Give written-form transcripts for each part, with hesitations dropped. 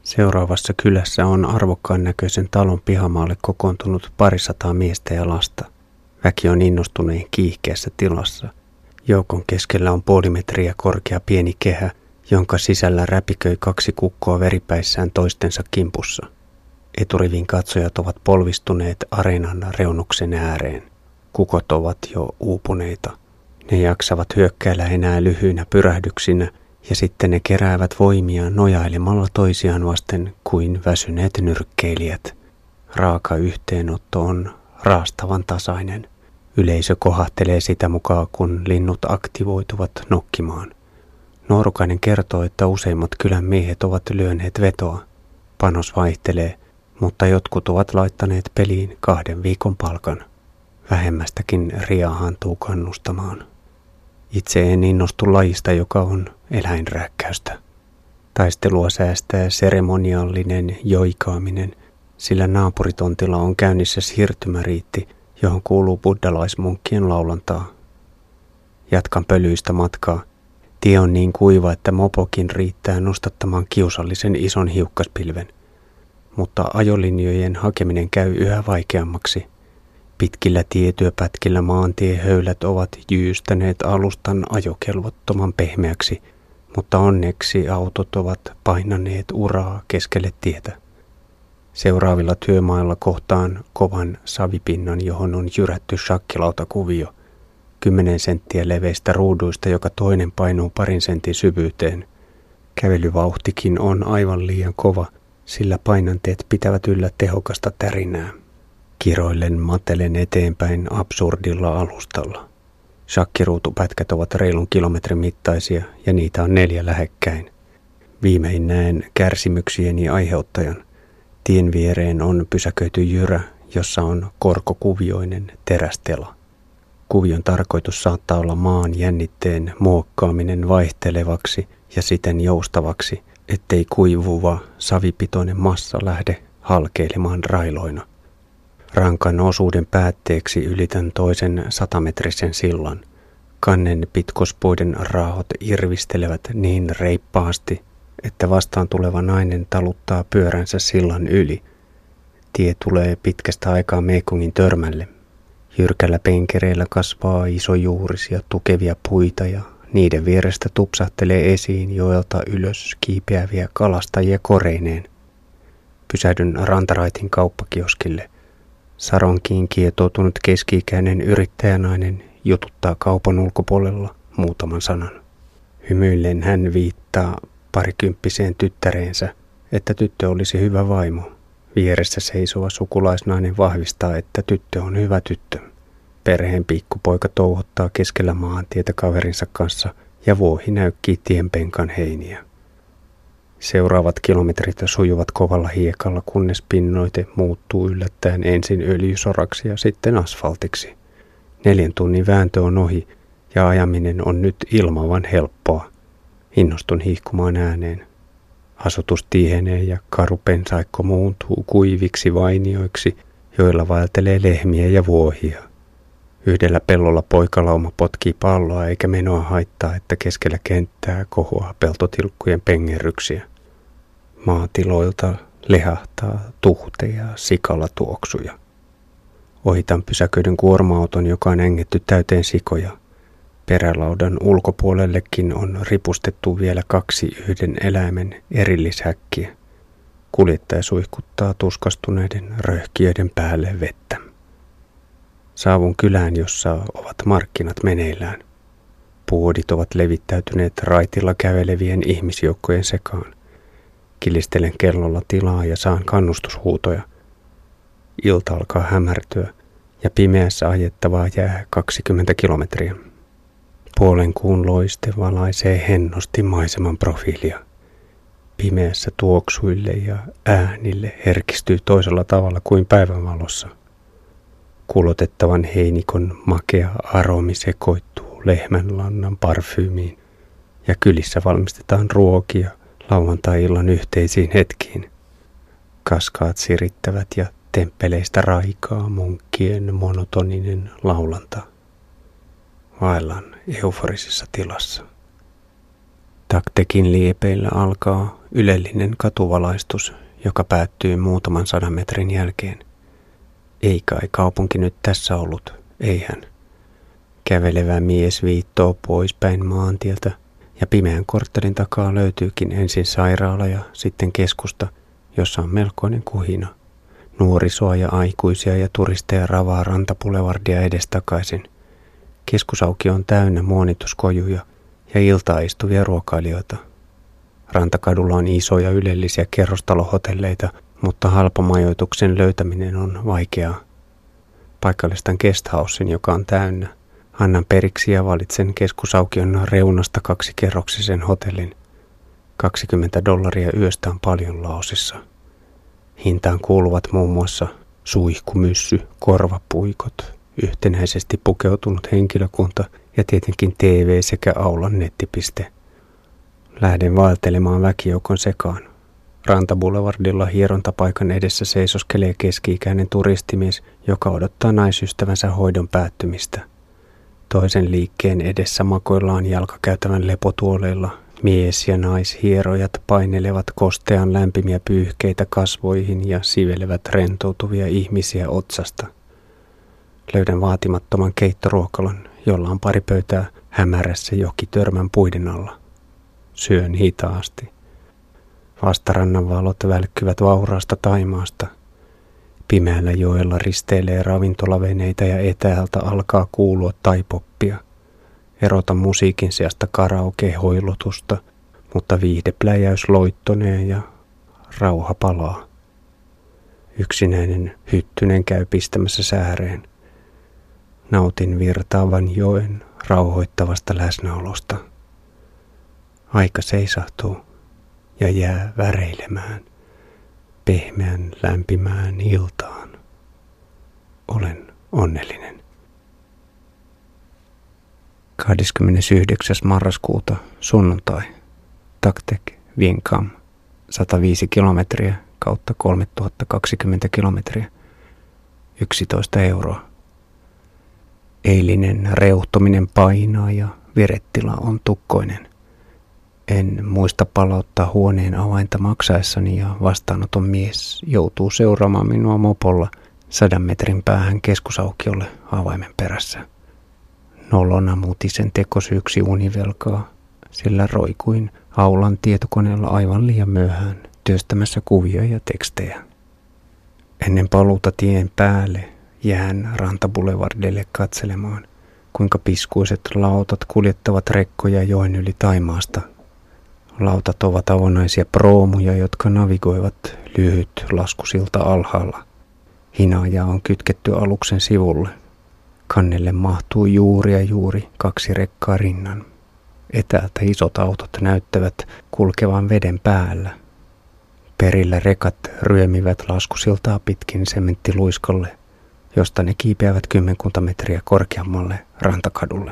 Seuraavassa kylässä on arvokkaan näköisen talon pihamaalle kokoontunut 200 miestä ja lasta. Väki on innostuneen kiihkeässä tilassa. Joukon keskellä on 0,5 metriä korkea pieni kehä, jonka sisällä räpiköi 2 kukkoa veripäissään toistensa kimpussa. Eturivin katsojat ovat polvistuneet areenan reunuksen ääreen. Kukot ovat jo uupuneita. Ne jaksavat hyökkäillä enää lyhyinä pyrähdyksinä, ja sitten ne keräävät voimia nojailemalla toisiaan vasten kuin väsyneet nyrkkeilijät. Raaka yhteenotto on raastavan tasainen. Yleisö kohahtelee sitä mukaan, kun linnut aktivoituvat nokkimaan. Nuorukainen kertoo, että useimmat kylän miehet ovat lyöneet vetoa. Panos vaihtelee, mutta jotkut ovat laittaneet peliin 2 viikon palkan. Vähemmästäkin riahantuu kannustamaan. Itse en innostu lajista, joka on eläinrääkkäystä. Taistelua säästää seremoniallinen joikaaminen, sillä naapuritontilla on käynnissä siirtymäriitti, johon kuuluu buddhalaismunkkien laulantaa. Jatkan pölyistä matkaa. Tie on niin kuiva, että mopokin riittää nostattamaan kiusallisen ison hiukkaspilven. Mutta ajolinjojen hakeminen käy yhä vaikeammaksi. Pitkillä tietyöpätkillä maantiehöylät ovat jyystäneet alustan ajokelvottoman pehmeäksi, mutta onneksi autot ovat painaneet uraa keskelle tietä. Seuraavilla työmailla kohtaan kovan savipinnan, johon on jyrätty shakkilautakuvio. 10 senttiä leveistä ruuduista, joka toinen painuu 2 sentin syvyyteen. Kävelyvauhtikin on aivan liian kova, sillä painanteet pitävät yllä tehokasta tärinää. Kiroillen matelen eteenpäin absurdilla alustalla. Shakkiruutupätkät ovat reilun kilometrin mittaisia ja niitä on 4 lähekkäin. Viimein näen kärsimyksieni aiheuttajan. Tien viereen on pysäköity jyrä, jossa on korkokuvioinen terästela. Kuvion tarkoitus saattaa olla maan jännitteen muokkaaminen vaihtelevaksi ja siten joustavaksi, ettei kuivuva savipitoinen massa lähde halkeilemaan railoina. Rankan osuuden päätteeksi ylitän toisen 100-metrisen sillan. Kannen pitkospuiden raahot irvistelevät niin reippaasti, että vastaan tuleva nainen taluttaa pyöränsä sillan yli. Tie tulee pitkästä aikaa Mekongin törmälle. Jyrkällä penkereillä kasvaa isojuurisia tukevia puita ja niiden vierestä tupsahtelee esiin joelta ylös kiipeäviä kalastajia koreineen. Pysähdyn rantaraitin kauppakioskille. Saronkiin kietoutunut keski-ikäinen yrittäjänainen jututtaa kaupan ulkopuolella muutaman sanan. Hymyillen hän viittaa 20-vuotiaaseen tyttäreensä, että tyttö olisi hyvä vaimo. Vieressä seisova sukulaisnainen vahvistaa, että tyttö on hyvä tyttö. Perheen pikkupoika touhottaa keskellä maantietä kaverinsa kanssa ja vuohi näykkii tienpenkan heiniä. Seuraavat kilometrit sujuvat kovalla hiekalla, kunnes pinnoite muuttuu yllättäen ensin öljysoraksi ja sitten asfaltiksi. 4 tunnin vääntö on ohi ja ajaminen on nyt ilmavan helppoa. Innostun hiihkumaan ääneen. Asutus tihenee ja karupensaikko muuntuu kuiviksi vainioiksi, joilla vaeltelee lehmiä ja vuohia. Yhdellä pellolla poikalauma potkii palloa eikä menoa haittaa, että keskellä kenttää kohoaa peltotilkkujen pengerryksiä. Maatiloilta lehahtaa tuhteja sikalatuoksuja. Ohitan pysäköidyn kuorma-auton, joka on engetty täyteen sikoja. Perälaudan ulkopuolellekin on ripustettu vielä 2 yhden eläimen erillishäkkiä. Kuljettaja suihkuttaa tuskastuneiden röhkiöiden päälle vettä. Saavun kylään, jossa ovat markkinat meneillään. Puodit ovat levittäytyneet raitilla kävelevien ihmisjoukkojen sekaan. Kilistelen kellolla tilaa ja saan kannustushuutoja. Ilta alkaa hämärtyä ja pimeässä ajettavaa jää 20 kilometriä. Puolen kuun loiste valaisee hennosti maiseman profiilia. Pimeässä tuoksuille ja äänille herkistyy toisella tavalla kuin päivänvalossa. Kulotettavan heinikon makea aromi sekoittuu lehmänlannan parfyymiin ja kylissä valmistetaan ruokia lauantai-illan yhteisiin hetkiin. Kaskaat sirittävät ja temppeleistä raikaa munkkien monotoninen laulanta. Vaellan euforisessa tilassa. Taktekin liepeillä alkaa ylellinen katuvalaistus, joka päättyy muutaman 100 metrin jälkeen. Ei kai kaupunki nyt tässä ollut, eihän. Kävelevä mies viittoo poispäin maantieltä ja pimeän korttelin takaa löytyykin ensin sairaala ja sitten keskusta, jossa on melkoinen kuhina. Nuorisoa ja aikuisia ja turisteja ravaa rantapulevardia edestakaisin. Keskusauki on täynnä muonituskojuja ja iltaa istuvia ruokailijoita. Rantakadulla on isoja ylellisiä kerrostalohotelleita, mutta halpamajoituksen löytäminen on vaikeaa. Paikallistan guesthousen, joka on täynnä. Annan periksi ja valitsen keskusaukion reunasta 2-kerroksisen hotellin. $20 yöstä on paljon Laosissa. Hintaan kuuluvat muun muassa suihkumyssy, korvapuikot, yhtenäisesti pukeutunut henkilökunta ja tietenkin TV sekä aulan nettipiste. Lähden vaeltelemaan väkijoukon sekaan. Rantaboulevardilla hierontapaikan edessä seisoskelee keski-ikäinen turistimies, joka odottaa naisystävänsä hoidon päättymistä. Toisen liikkeen edessä makoillaan jalkakäytävän lepotuoleilla. Mies- ja naishierojat painelevat kostean lämpimiä pyyhkeitä kasvoihin ja sivelevät rentoutuvia ihmisiä otsasta. Löydän vaatimattoman keittoruokalon, jolla on pari pöytää hämärässä jokitörmän puiden alla. Syön hitaasti. Vastarannan valot välkkyvät vauraasta Taimaasta. Pimeällä joella risteilee ravintolaveneitä ja etäältä alkaa kuulua taipoppia. Erotan musiikin sijasta karaoke-hoilotusta, mutta viihdepläjäys loittonee ja rauha palaa. Yksinäinen hyttynen käy pistämässä sääreen. Nautin virtaavan joen rauhoittavasta läsnäolosta. Aika seisahtuu ja jää väreilemään pehmeän lämpimään iltaan. Olen onnellinen. 29. marraskuuta sunnuntai. Taktek Vientiane 105 kilometriä kautta 3020 kilometriä. 11 €. Eilinen reuhtominen painaa ja virettila on tukkoinen. En muista palauttaa huoneen avainta maksaessani ja vastaanoton mies joutuu seuraamaan minua mopolla 100 metrin päähän keskusaukiolle avaimen perässä. Nolona mutisen tekosyyksi univelkaa, sillä roikuin aulan tietokoneella aivan liian myöhään työstämässä kuvia ja tekstejä. Ennen paluuta tien päälle jään rantaboulevardille katselemaan, kuinka piskuiset lautat kuljettavat rekkoja joen yli Taimaasta. Lautat ovat avonaisia proomuja, jotka navigoivat lyhyt laskusilta alhaalla. Hinaaja on kytketty aluksen sivulle. Kannelle mahtuu juuri 2 rekkaa rinnan. Etäältä isot autot näyttävät kulkevan veden päällä. Perillä rekat ryömivät laskusiltaa pitkin sementtiluiskolle, josta ne kiipeävät 10 metriä korkeammalle rantakadulle.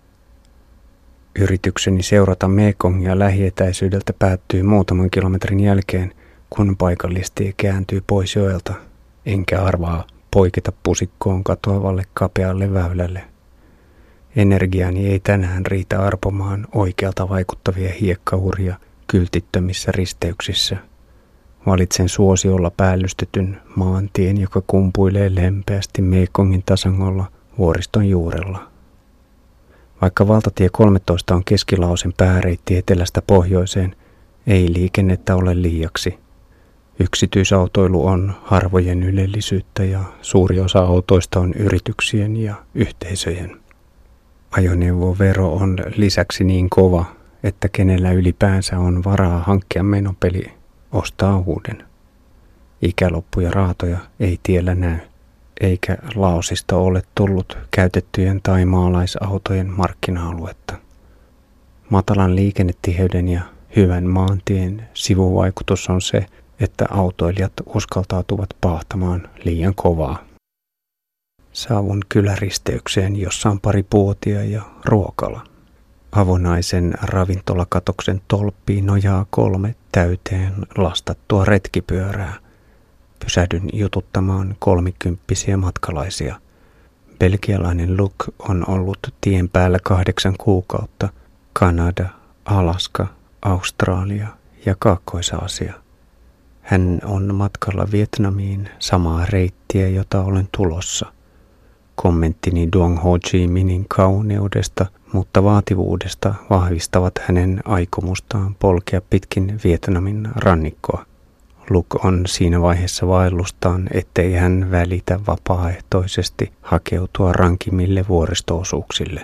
Yritykseni seurata Mekongia lähietäisyydeltä päättyy muutaman kilometrin jälkeen, kun paikallistie kääntyy pois joelta, enkä arvaa poiketa pusikkoon katoavalle kapealle väylälle. Energiani ei tänään riitä arpomaan oikealta vaikuttavia hiekkauria kyltittömissä risteyksissä. Valitsen suosiolla päällystetyn maantien, joka kumpuilee lempeästi Mekongin tasangolla vuoriston juurella. Vaikka valtatie 13 on Keski-Laosin pääreitti etelästä pohjoiseen, ei liikennettä ole liiaksi. Yksityisautoilu on harvojen ylellisyyttä ja suuri osa autoista on yrityksien ja yhteisöjen. Ajoneuvovero on lisäksi niin kova, että kenellä ylipäänsä on varaa hankkia menopeli, ostaa uuden. Ikäloppuja raatoja ei tiellä näy, eikä Laosista ole tullut käytettyjen tai maalaisautojen markkina-aluetta. Matalan liikennetiheyden ja hyvän maantien sivuvaikutus on se, että autoilijat uskaltautuvat paahtamaan liian kovaa. Saavun kyläristeykseen, jossa on pari puotia ja ruokala. Avonaisen ravintolakatoksen tolppiin nojaa 3 täyteen lastattua retkipyörää. Pysähdyn jututtamaan 30-vuotiaita matkalaisia. Belgialainen Luke on ollut tien päällä 8 kuukautta. Kanada, Alaska, Australia ja Kaakkois-Aasia. Hän on matkalla Vietnamiin samaa reittiä, jota olen tulossa. Kommenttini Duong Ho Chi Minin kauneudesta, mutta vaativuudesta vahvistavat hänen aikomustaan polkea pitkin Vietnamin rannikkoa. Luke on siinä vaiheessa vaellustaan, ettei hän välitä vapaaehtoisesti hakeutua rankimille vuoristoosuuksille.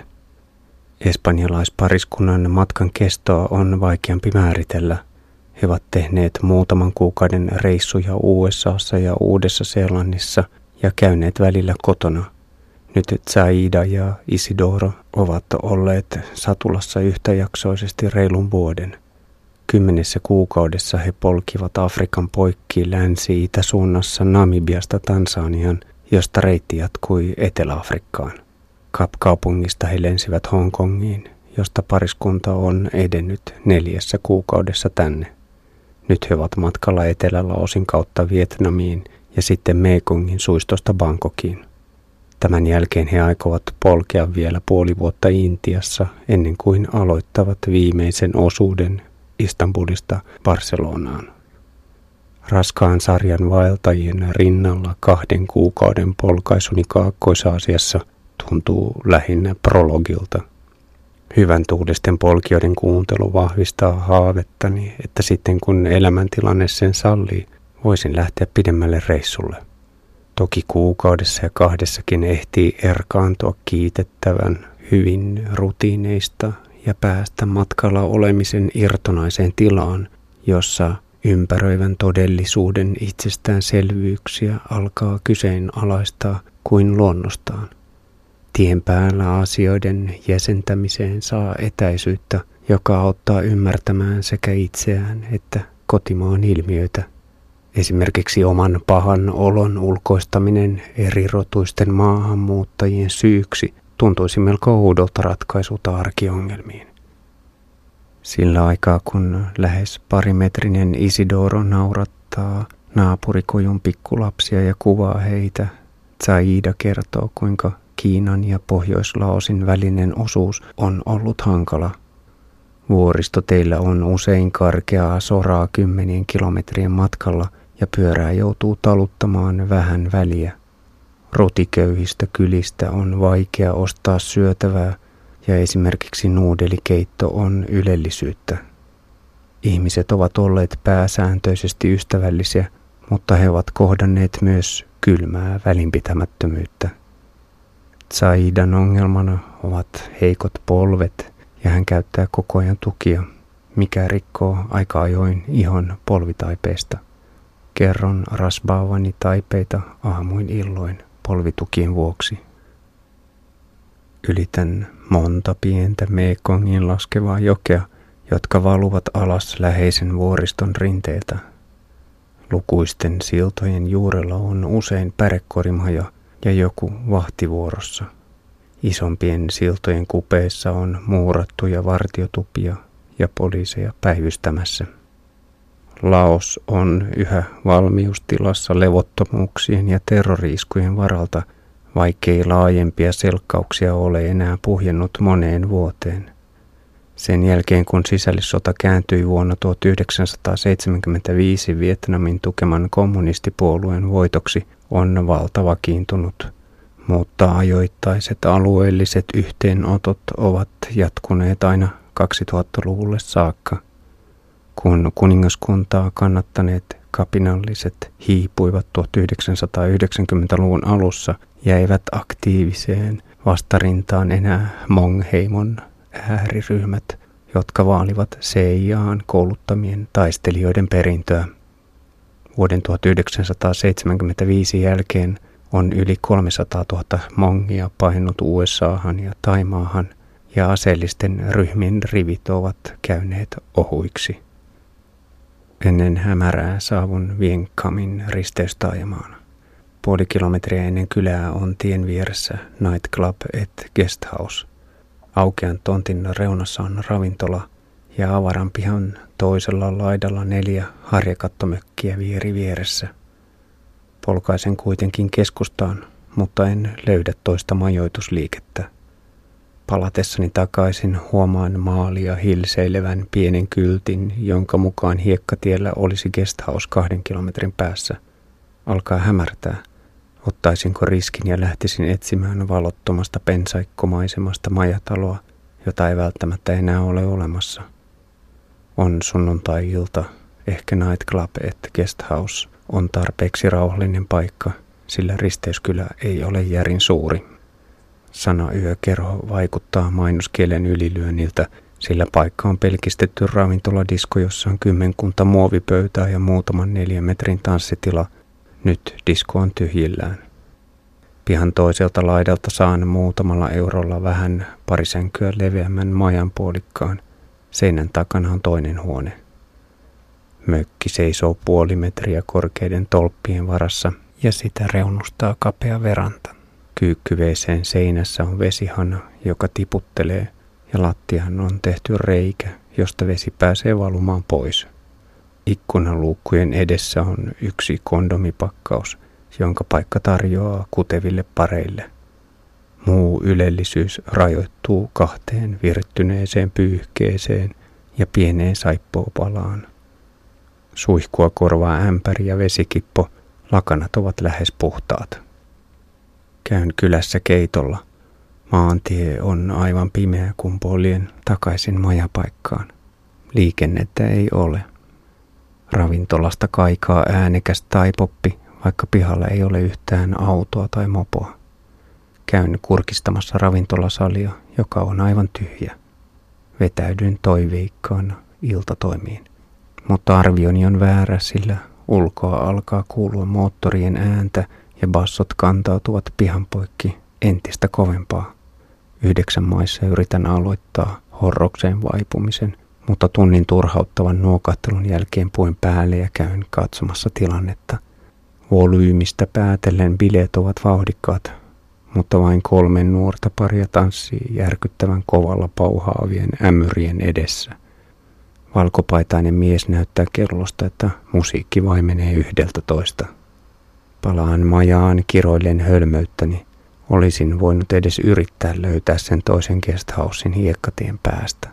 Espanjalaispariskunnan matkan kestoa on vaikeampi määritellä. He ovat tehneet muutaman kuukauden reissuja USAssa ja Uudessa-Seelannissa ja käyneet välillä kotona. Nyt Zaida ja Isidoro ovat olleet satulassa yhtäjaksoisesti reilun vuoden. 10 kuukaudessa he polkivat Afrikan poikki länsi-itäsuunnassa Namibiasta Tansanian, josta reitti jatkui Etelä-Afrikkaan. Kap-kaupungista he lensivät Hongkongiin, josta pariskunta on edennyt 4 kuukaudessa tänne. Nyt he ovat matkalla Etelä-Laosin kautta Vietnamiin ja sitten Mekongin suistosta Bangkokiin. Tämän jälkeen he aikovat polkea vielä puoli vuotta Intiassa ennen kuin aloittavat viimeisen osuuden Istanbulista Barcelonaan. Raskaan sarjan vaeltajien rinnalla 2 kuukauden polkaisuni Kaakkois-Aasiassa tuntuu lähinnä prologilta. Hyvän tuulisten polkijoiden kuuntelu vahvistaa haavettani, että sitten kun elämäntilanne sen sallii, voisin lähteä pidemmälle reissulle. Toki kuukaudessa ja 2 ehtii erkaantua kiitettävän hyvin rutiineista ja päästä matkalla olemisen irtonaiseen tilaan, jossa ympäröivän todellisuuden itsestäänselvyyksiä alkaa kyseenalaistaa kuin luonnostaan. Tien päällä asioiden jäsentämiseen saa etäisyyttä, joka auttaa ymmärtämään sekä itseään että kotimaan ilmiöitä. Esimerkiksi oman pahan olon ulkoistaminen erirotuisten maahanmuuttajien syyksi tuntuisi melko oudolta ratkaisulta arkiongelmiin. Sillä aikaa kun lähes parimetrinen Isidoro naurattaa naapurikojun pikkulapsia ja kuvaa heitä, Zaida kertoo kuinka Kiinan ja Pohjois-Laosin välinen osuus on ollut hankala. Vuoristoteillä on usein karkeaa soraa 10 kilometrien matkalla ja pyörää joutuu taluttamaan vähän väliä. Rotiköyhistä kylistä on vaikea ostaa syötävää ja esimerkiksi nuudelikeitto on ylellisyyttä. Ihmiset ovat olleet pääsääntöisesti ystävällisiä, mutta he ovat kohdanneet myös kylmää välinpitämättömyyttä. Zaidan ongelmana ovat heikot polvet ja hän käyttää koko ajan tukia, mikä rikkoo aika ajoin ihon polvitaipeesta. Kerron rasbaavani taipeita aamuin illoin polvitukien vuoksi. Ylitän monta pientä Mekongin laskevaa jokea, jotka valuvat alas läheisen vuoriston rinteeltä. Lukuisten siltojen juurella on usein pärekorimaja ja joku vahtivuorossa. Isompien siltojen kupeissa on muurattuja vartiotupia ja poliiseja päivystämässä. Laos on yhä valmiustilassa levottomuuksien ja terrori-iskujen varalta, vaikkei laajempia selkkauksia ole enää puhjennut moneen vuoteen. Sen jälkeen kun sisällissota kääntyi vuonna 1975 Vietnamin tukeman kommunistipuolueen voitoksi, on valta vakiintunut, mutta ajoittaiset alueelliset yhteenotot ovat jatkuneet aina 2000-luvulle saakka. Kun kuningaskuntaa kannattaneet kapinalliset hiipuivat 1990-luvun alussa, jäivät aktiiviseen vastarintaan enää Mong-heimon ääriryhmät, jotka vaalivat CIA:n kouluttamien taistelijoiden perintöä. Vuoden 1975 jälkeen on yli 300 000 mongia painut USAhan ja Taimaahan, ja aseellisten ryhmien rivit ovat käyneet ohuiksi. Ennen hämärää saavun Vietkamin risteystaajamaan. Puoli kilometriä ennen kylää on tien vieressä Nightclub et Guesthouse. Aukean tontin reunassa on ravintola ja avaran pihan toisella laidalla 4 harjakattomökkiä vieri vieressä. Polkaisen kuitenkin keskustaan, mutta en löydä toista majoitusliikettä. Palatessani takaisin huomaan maalia hilseilevän pienen kyltin, jonka mukaan hiekkatiellä olisi guesthouse 2 kilometrin päässä. Alkaa hämärtää. Ottaisinko riskin ja lähtisin etsimään valottomasta pensaikkomaisemasta majataloa, jota ei välttämättä enää ole olemassa. On sunnuntai-ilta, ehkä nightclub, että guesthouse on tarpeeksi rauhallinen paikka, sillä risteyskylä ei ole järin suuri. Sana yökerho vaikuttaa mainoskielen ylilyönniltä, sillä paikka on pelkistetty ravintoladisko, jossa on 10 muovipöytää ja muutaman 4 metrin tanssitila. Nyt disko on tyhjillään. Pihan toiselta laidalta saan muutamalla eurolla vähän parisänkyä leveämmän majan puolikkaan. Seinän takana on toinen huone. Mökki seisoo 0,5 metriä korkeiden tolppien varassa ja sitä reunustaa kapea veranta. Kyykkyveeseen seinässä on vesihana, joka tiputtelee, ja lattiaan on tehty reikä, josta vesi pääsee valumaan pois. Ikkunaluukkujen edessä on yksi kondomipakkaus, jonka paikka tarjoaa kuteville pareille. Muu ylellisyys rajoittuu 2 virttyneeseen pyyhkeeseen ja pieneen saippuapalaan. Suihkua korvaa ämpäri ja vesikippo, lakanat ovat lähes puhtaat. Käyn kylässä keitolla. Maantie on aivan pimeä, kun poljen takaisin majapaikkaan. Liikennettä ei ole. Ravintolasta kaikaa äänekäs taipoppi, vaikka pihalla ei ole yhtään autoa tai mopoa. Käyn kurkistamassa ravintolasalia, joka on aivan tyhjä. Vetäydyn toiveikkaana iltatoimiin. Mutta arvioni on väärä, sillä ulkoa alkaa kuulua moottorien ääntä ja bassot kantautuvat pihan poikki entistä kovempaa. 9 maissa yritän aloittaa horrokseen vaipumisen, mutta tunnin turhauttavan nuokahtelun jälkeen puin päälle ja käyn katsomassa tilannetta. Volyymistä päätellen bileet ovat vauhdikkaat, mutta vain 3 nuorta paria tanssii järkyttävän kovalla pauhaavien ämyrien edessä. Valkopaitainen mies näyttää kellosta, että musiikki vaimenee 11. Palaan majaan kiroillen hölmöyttäni. Olisin voinut edes yrittää löytää sen toisen guesthousein hiekkatien päästä.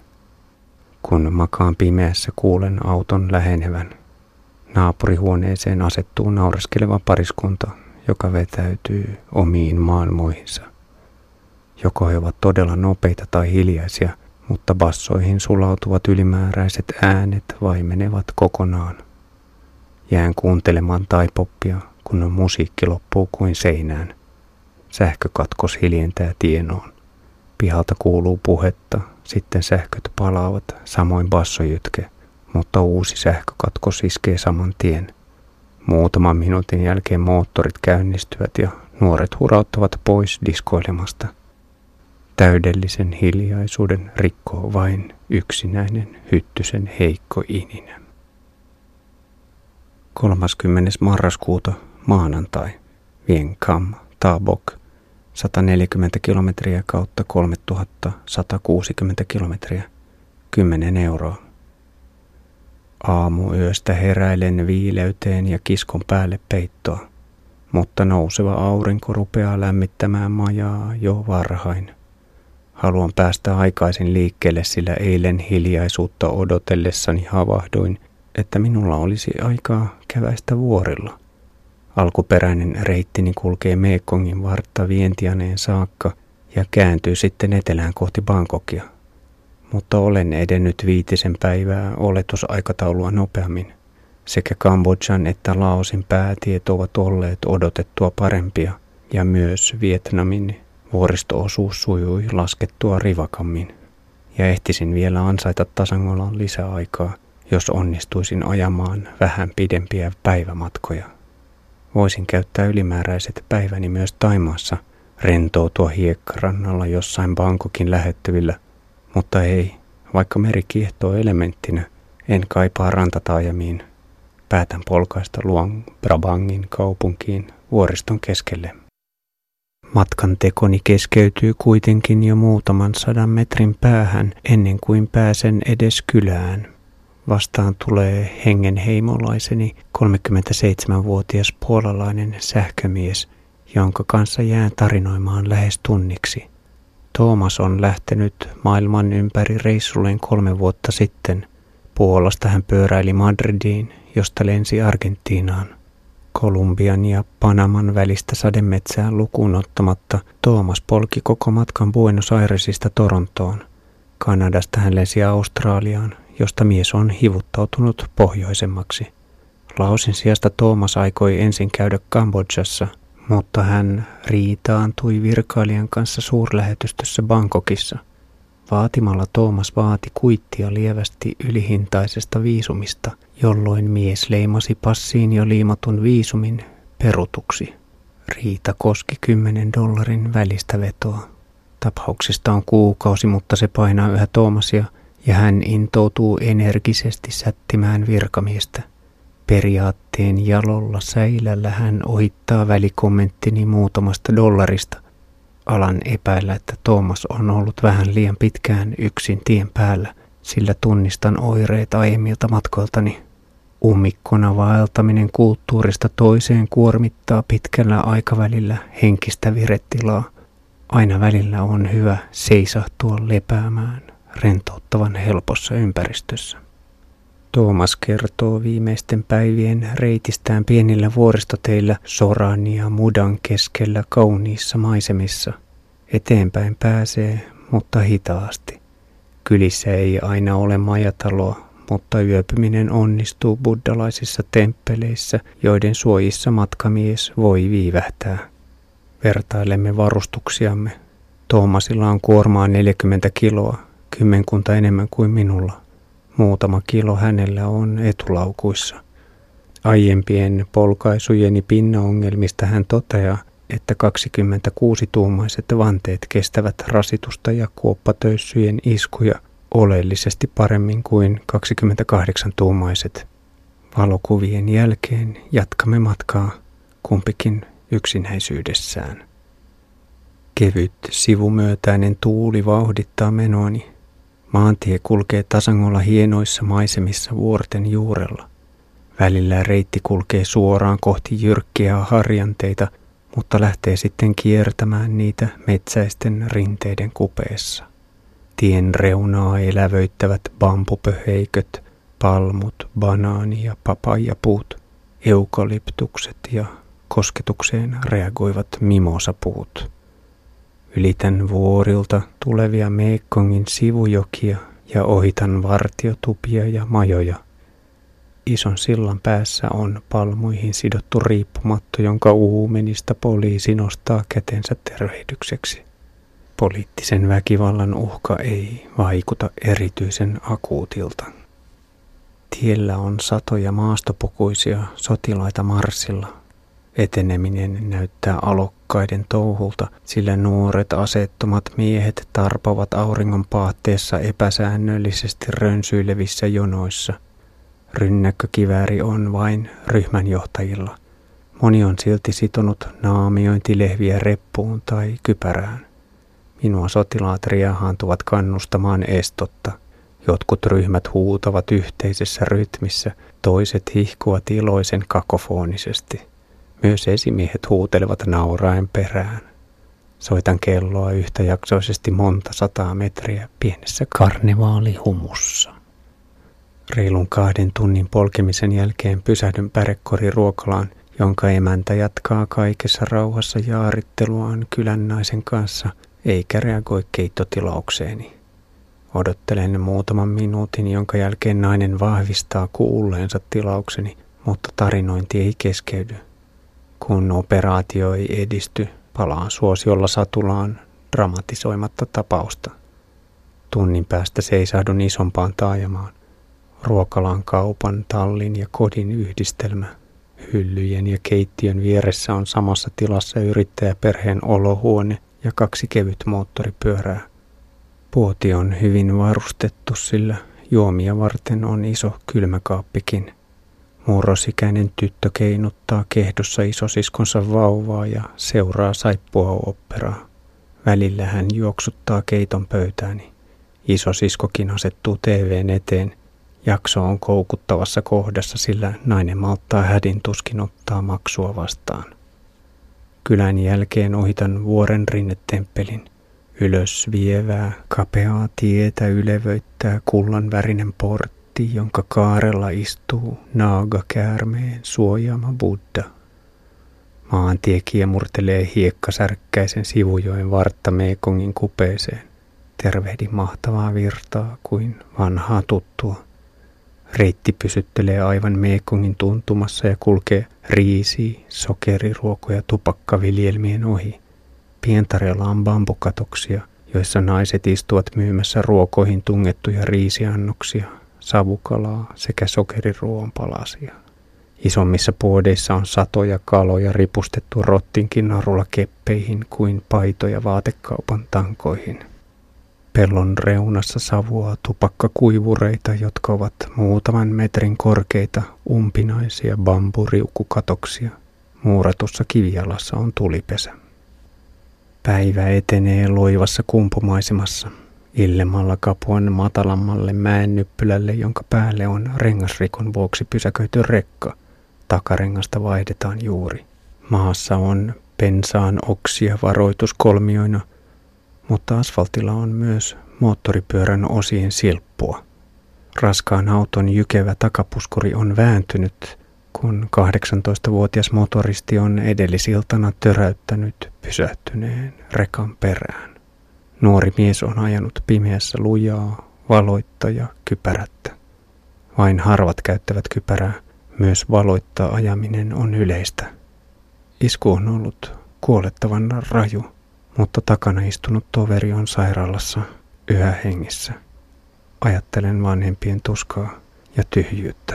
Kun makaan pimeässä, kuulen auton lähenevän. Naapurihuoneeseen asettuu naureskeleva pariskunta, joka vetäytyy omiin maailmoihinsa. Joko he ovat todella nopeita tai hiljaisia, mutta bassoihin sulautuvat ylimääräiset äänet vaimenevat kokonaan. Jään kuuntelemaan taipoppia, kun musiikki loppuu kuin seinään. Sähkökatkos hiljentää tienoon. Pihalta kuuluu puhetta, sitten sähköt palaavat, samoin bassojytke, mutta uusi sähkökatkos iskee saman tien. Muutaman minuutin jälkeen moottorit käynnistyvät ja nuoret hurauttavat pois diskoilemasta. Täydellisen hiljaisuuden rikkoo vain yksinäinen hyttysen heikko ininä. 30. marraskuuta maanantai. Vien Kam, Tabok, 140 kilometriä kautta 3160 kilometriä, 10 euroa. Aamuyöstä heräilen viileyteen ja kiskon päälle peittoa, mutta nouseva aurinko rupeaa lämmittämään majaa jo varhain. Haluan päästä aikaisin liikkeelle, sillä eilen hiljaisuutta odotellessani havahduin, että minulla olisi aikaa käväistä vuorilla. Alkuperäinen reittini kulkee Mekongin vartta Vientianeen saakka ja kääntyy sitten etelään kohti Bangkokia. Mutta olen edennyt 5 päivää oletusaikataulua nopeammin. Sekä Kambodžan että Laosin päätiet ovat olleet odotettua parempia ja myös Vietnamin vuoristo-osuus sujui laskettua rivakammin. Ja ehtisin vielä ansaita Tasangolan lisäaikaa, jos onnistuisin ajamaan vähän pidempiä päivämatkoja. Voisin käyttää ylimääräiset päiväni myös Thaimaassa, rentoutua hiekkarannalla jossain Bangkokin lähettyvillä, mutta ei, vaikka meri kiehtoo elementtinä, en kaipaa rantataajamiin. Päätän polkaista Luang Prabangin kaupunkiin vuoriston keskelle. Matkan tekoni keskeytyy kuitenkin jo muutaman 100 metrin päähän ennen kuin pääsen edes kylään. Vastaan tulee hengenheimolaiseni 37-vuotias puolalainen sähkömies, jonka kanssa jään tarinoimaan lähes tunniksi. Toomas on lähtenyt maailman ympäri reissulleen 3 vuotta sitten. Puolasta hän pyöräili Madridiin, josta lensi Argentiinaan. Kolumbian ja Panaman välistä sademetsää lukuun ottamatta Toomas polki koko matkan Buenos Airesista Torontoon. Kanadasta hän lensi Australiaan, josta mies on hivuttautunut pohjoisemmaksi. Laosin sijasta Toomas aikoi ensin käydä Kambodžassa, mutta hän riitaantui virkailijan kanssa suurlähetystössä Bangkokissa. Vaatimalla Toomas vaati kuittia lievästi ylihintaisesta viisumista, jolloin mies leimasi passiin jo liimatun viisumin perutuksi. Riita koski $10 välistä vetoa. Tapauksista on kuukausi, mutta se painaa yhä Toomasia ja hän intoutuu energisesti sättimään virkamiestä. Periaatteen jalolla säilällä hän ohittaa välikommenttini muutamasta $. Alan epäillä, että Toomas on ollut vähän liian pitkään yksin tien päällä, sillä tunnistan oireet aiemmilta matkoiltani. Ummikkona vaeltaminen kulttuurista toiseen kuormittaa pitkällä aikavälillä henkistä virettilaa. Aina välillä on hyvä seisahtua lepäämään rentouttavan helpossa ympäristössä. Toomas kertoo viimeisten päivien reitistään pienillä vuoristoteillä Soran ja Mudan keskellä kauniissa maisemissa. Eteenpäin pääsee, mutta hitaasti. Kylissä ei aina ole majataloa, mutta yöpyminen onnistuu buddhalaisissa temppeleissä, joiden suojissa matkamies voi viivähtää. Vertailemme varustuksiamme. Toomasilla on kuormaa 40 kiloa, 10 enemmän kuin minulla. Muutama kilo hänellä on etulaukuissa. Aiempien polkaisujeni pinnaongelmista hän toteaa, että 26-tuumaiset vanteet kestävät rasitusta ja kuoppatöyssyjen iskuja oleellisesti paremmin kuin 28-tuumaiset. Valokuvien jälkeen jatkamme matkaa, kumpikin yksinäisyydessään. Kevyt sivumyötäinen tuuli vauhdittaa menoani. Maantie kulkee tasangolla hienoissa maisemissa vuorten juurella. Välillä reitti kulkee suoraan kohti jyrkkiä harjanteita, mutta lähtee sitten kiertämään niitä metsäisten rinteiden kupeessa. Tien reunaa elävöittävät bambupöheiköt, palmut, banaani- ja papajapuut, eukalyptukset ja kosketukseen reagoivat mimosapuut. Ylitän vuorilta tulevia Mekongin sivujokia ja ohitan vartiotupia ja majoja. Ison sillan päässä on palmuihin sidottu riippumatto, jonka uumenista poliisi nostaa kätensä tervehdykseksi. Poliittisen väkivallan uhka ei vaikuta erityisen akuutilta. Tiellä on satoja maastopukuisia sotilaita marssilla. Eteneminen näyttää alokkaiden touhulta, sillä nuoret aseettomat miehet tarpovat auringon paatteessa epäsäännöllisesti rönsyilevissä jonoissa. Rynnäkkökivääri on vain ryhmänjohtajilla. Moni on silti sitonut naamiointilehviä reppuun tai kypärään. Minua sotilaat riehaantuvat kannustamaan estotta. Jotkut ryhmät huutavat yhteisessä rytmissä, toiset hihkuvat iloisen kakofonisesti. Myös esimiehet huutelevat nauraen perään. Soitan kelloa yhtäjaksoisesti monta 100 metriä pienessä karnevaalihumussa. Reilun 2 tunnin polkemisen jälkeen pysähdyn pärekoriruokalaan, jonka emäntä jatkaa kaikessa rauhassa jaaritteluaan kylän naisen kanssa, eikä reagoi keittotilaukseeni. Odottelen muutaman minuutin, jonka jälkeen nainen vahvistaa kuulleensa tilaukseni, mutta tarinointi ei keskeydy. Kun operaatio ei edisty, palaan suosiolla satulaan dramatisoimatta tapausta. Tunnin päästä seisahdun isompaan taajamaan. Ruokalan, kaupan, tallin ja kodin yhdistelmä. Hyllyjen ja keittiön vieressä on samassa tilassa yrittäjäperheen olohuone ja 2 kevytmoottoripyörää. Puoti on hyvin varustettu, sillä juomia varten on iso kylmäkaappikin. Murrosikäinen tyttö keinuttaa kehdossa isosiskonsa vauvaa ja seuraa saippua-oopperaa. Välillä hän juoksuttaa keiton pöytääni. Isosiskokin asettuu TV:n eteen. Jakso on koukuttavassa kohdassa, sillä nainen malttaa hädin tuskin ottaa maksua vastaan. Kylän jälkeen ohitan vuoren rinnetemppelin. Ylös vievää, kapeaa tietä ylevöittää kullanvärinen portti, jonka kaarella istuu naagakäärmeen suojaama Buddha. Maantie kiemurtelee hiekkasärkkäisen sivujoen vartta Mekongin kupeeseen. Tervehdin mahtavaa virtaa kuin vanhaa tuttua. Reitti pysyttelee aivan Mekongin tuntumassa ja kulkee riisi, sokeriruoko ja tupakkaviljelmien ohi. Pientareella on bambukatoksia, joissa naiset istuvat myymässä ruokoihin tungettuja riisiannoksia, savukalaa sekä sokeriruoan palasia. Isommissa puodeissa on satoja kaloja ripustettu rottinkin narulla keppeihin kuin paitoja vaatekaupan tankoihin. Pellon reunassa savuaa tupakkakuivureita, jotka ovat muutaman metrin korkeita umpinaisia bamburiukkukatoksia. Muuratussa kivijalassa on tulipesä. Päivä etenee loivassa kumpumaisemassa, illemalla Kapuan matalammalle mäennyppylälle, jonka päälle on rengasrikon vuoksi pysäköity rekka. Takarengasta vaihdetaan juuri. Maassa on pensaan oksia varoituskolmioina, mutta asfaltilla on myös moottoripyörän osien silppua. Raskaan auton jykevä takapuskuri on vääntynyt, kun 18-vuotias motoristi on edellisiltana töräyttänyt pysähtyneen rekan perään. Nuori mies on ajanut pimeässä lujaa, valoitta ja kypärättä. Vain harvat käyttävät kypärää, myös valoitta ajaminen on yleistä. Isku on ollut kuolettavan raju, mutta takana istunut toveri on sairaalassa yhä hengissä. Ajattelen vanhempien tuskaa ja tyhjyyttä.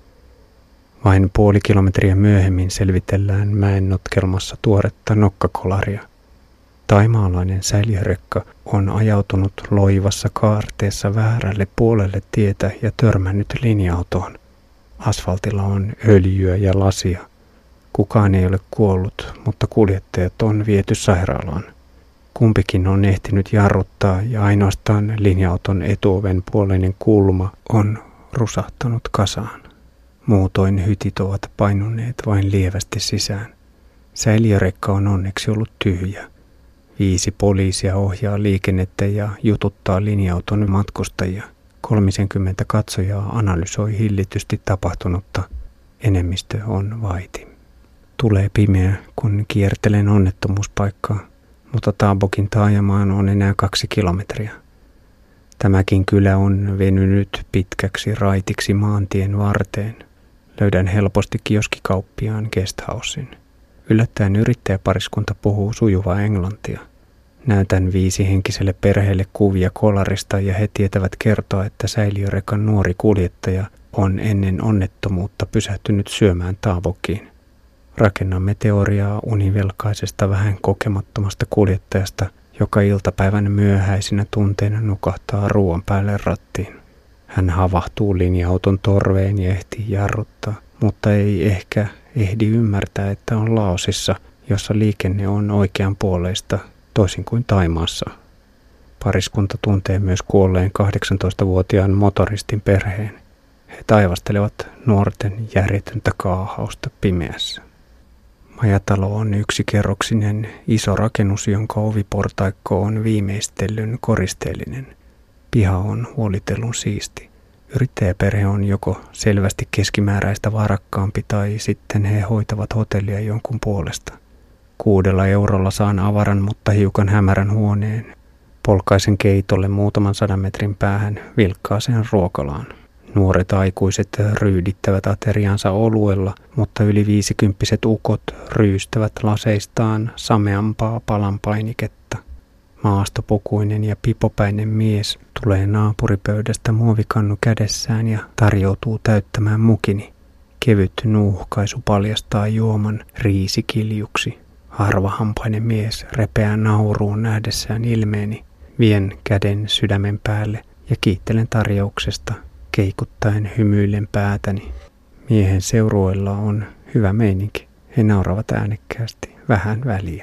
Vain puoli kilometriä myöhemmin selvitellään mäen notkelmassa tuoretta nokkakolaria. Taimaalainen säiliörekka on ajautunut loivassa kaarteessa väärälle puolelle tietä ja törmännyt linja-autoon. Asfaltilla on öljyä ja lasia. Kukaan ei ole kuollut, mutta kuljettajat on viety sairaalaan. Kumpikin on ehtinyt jarruttaa ja ainoastaan linja-auton etuoven puoleinen kulma on rusahtanut kasaan. Muutoin hytit ovat painuneet vain lievästi sisään. Säiliörekka on onneksi ollut tyhjä. 5 poliisia ohjaa liikennettä ja jututtaa linja-auton matkustajia. 30 katsojaa analysoi hillitysti tapahtunutta. Enemmistö on vaiti. Tulee pimeä, kun kiertelen onnettomuuspaikkaa, mutta Taabokin taajamaan on enää 2 kilometriä. Tämäkin kylä on venynyt pitkäksi raitiksi maantien varteen. Löydän helposti kioskikauppiaan guesthousen. Yllättäen yrittäjäpariskunta puhuu sujuvaa englantia. Näytän 5-henkiselle perheelle kuvia kolarista ja he tietävät kertoa, että säiliörekan nuori kuljettaja on ennen onnettomuutta pysähtynyt syömään Taabokiin. Rakennamme teoriaa univelkaisesta vähän kokemattomasta kuljettajasta, joka iltapäivän myöhäisinä tunteina nukahtaa ruoan päälle rattiin. Hän havahtuu linja-auton torveen ja ehtii jarruttaa, mutta ei ehkä ehdi ymmärtää, että on Laosissa, jossa liikenne on oikeanpuoleista, toisin kuin Thaimaassa. Pariskunta tuntee myös kuolleen 18-vuotiaan motoristin perheen. He taivastelevat nuorten järjetöntä kaahausta pimeässä. Majatalo on yksikerroksinen iso rakennus, jonka oviportaikko on viimeistellyn koristeellinen. Piha on huolitellun siisti. Yrittäjäperhe on joko selvästi keskimääräistä varakkaampi tai sitten he hoitavat hotellia jonkun puolesta. 6 eurolla saan avaran, mutta hiukan hämärän huoneen. Polkaisen keitolle muutaman 100 metrin päähän vilkkaaseen ruokalaan. Nuoret aikuiset ryydittävät ateriansa oluella, mutta yli 50-vuotiaat ukot ryystävät laseistaan sameampaa palanpainiketta. Maastopukuinen ja pipopäinen mies tulee naapuripöydästä muovikannu kädessään ja tarjoutuu täyttämään mukini. Kevyt nuuhkaisu paljastaa juoman riisikiljuksi. Harvahampainen mies repeää nauruun nähdessään ilmeeni. Vien käden sydämen päälle ja kiittelen tarjouksesta, keikuttaen hymyillen päätäni. Miehen seurueella on hyvä meininki. He nauravat äänekkäästi, vähän väliä.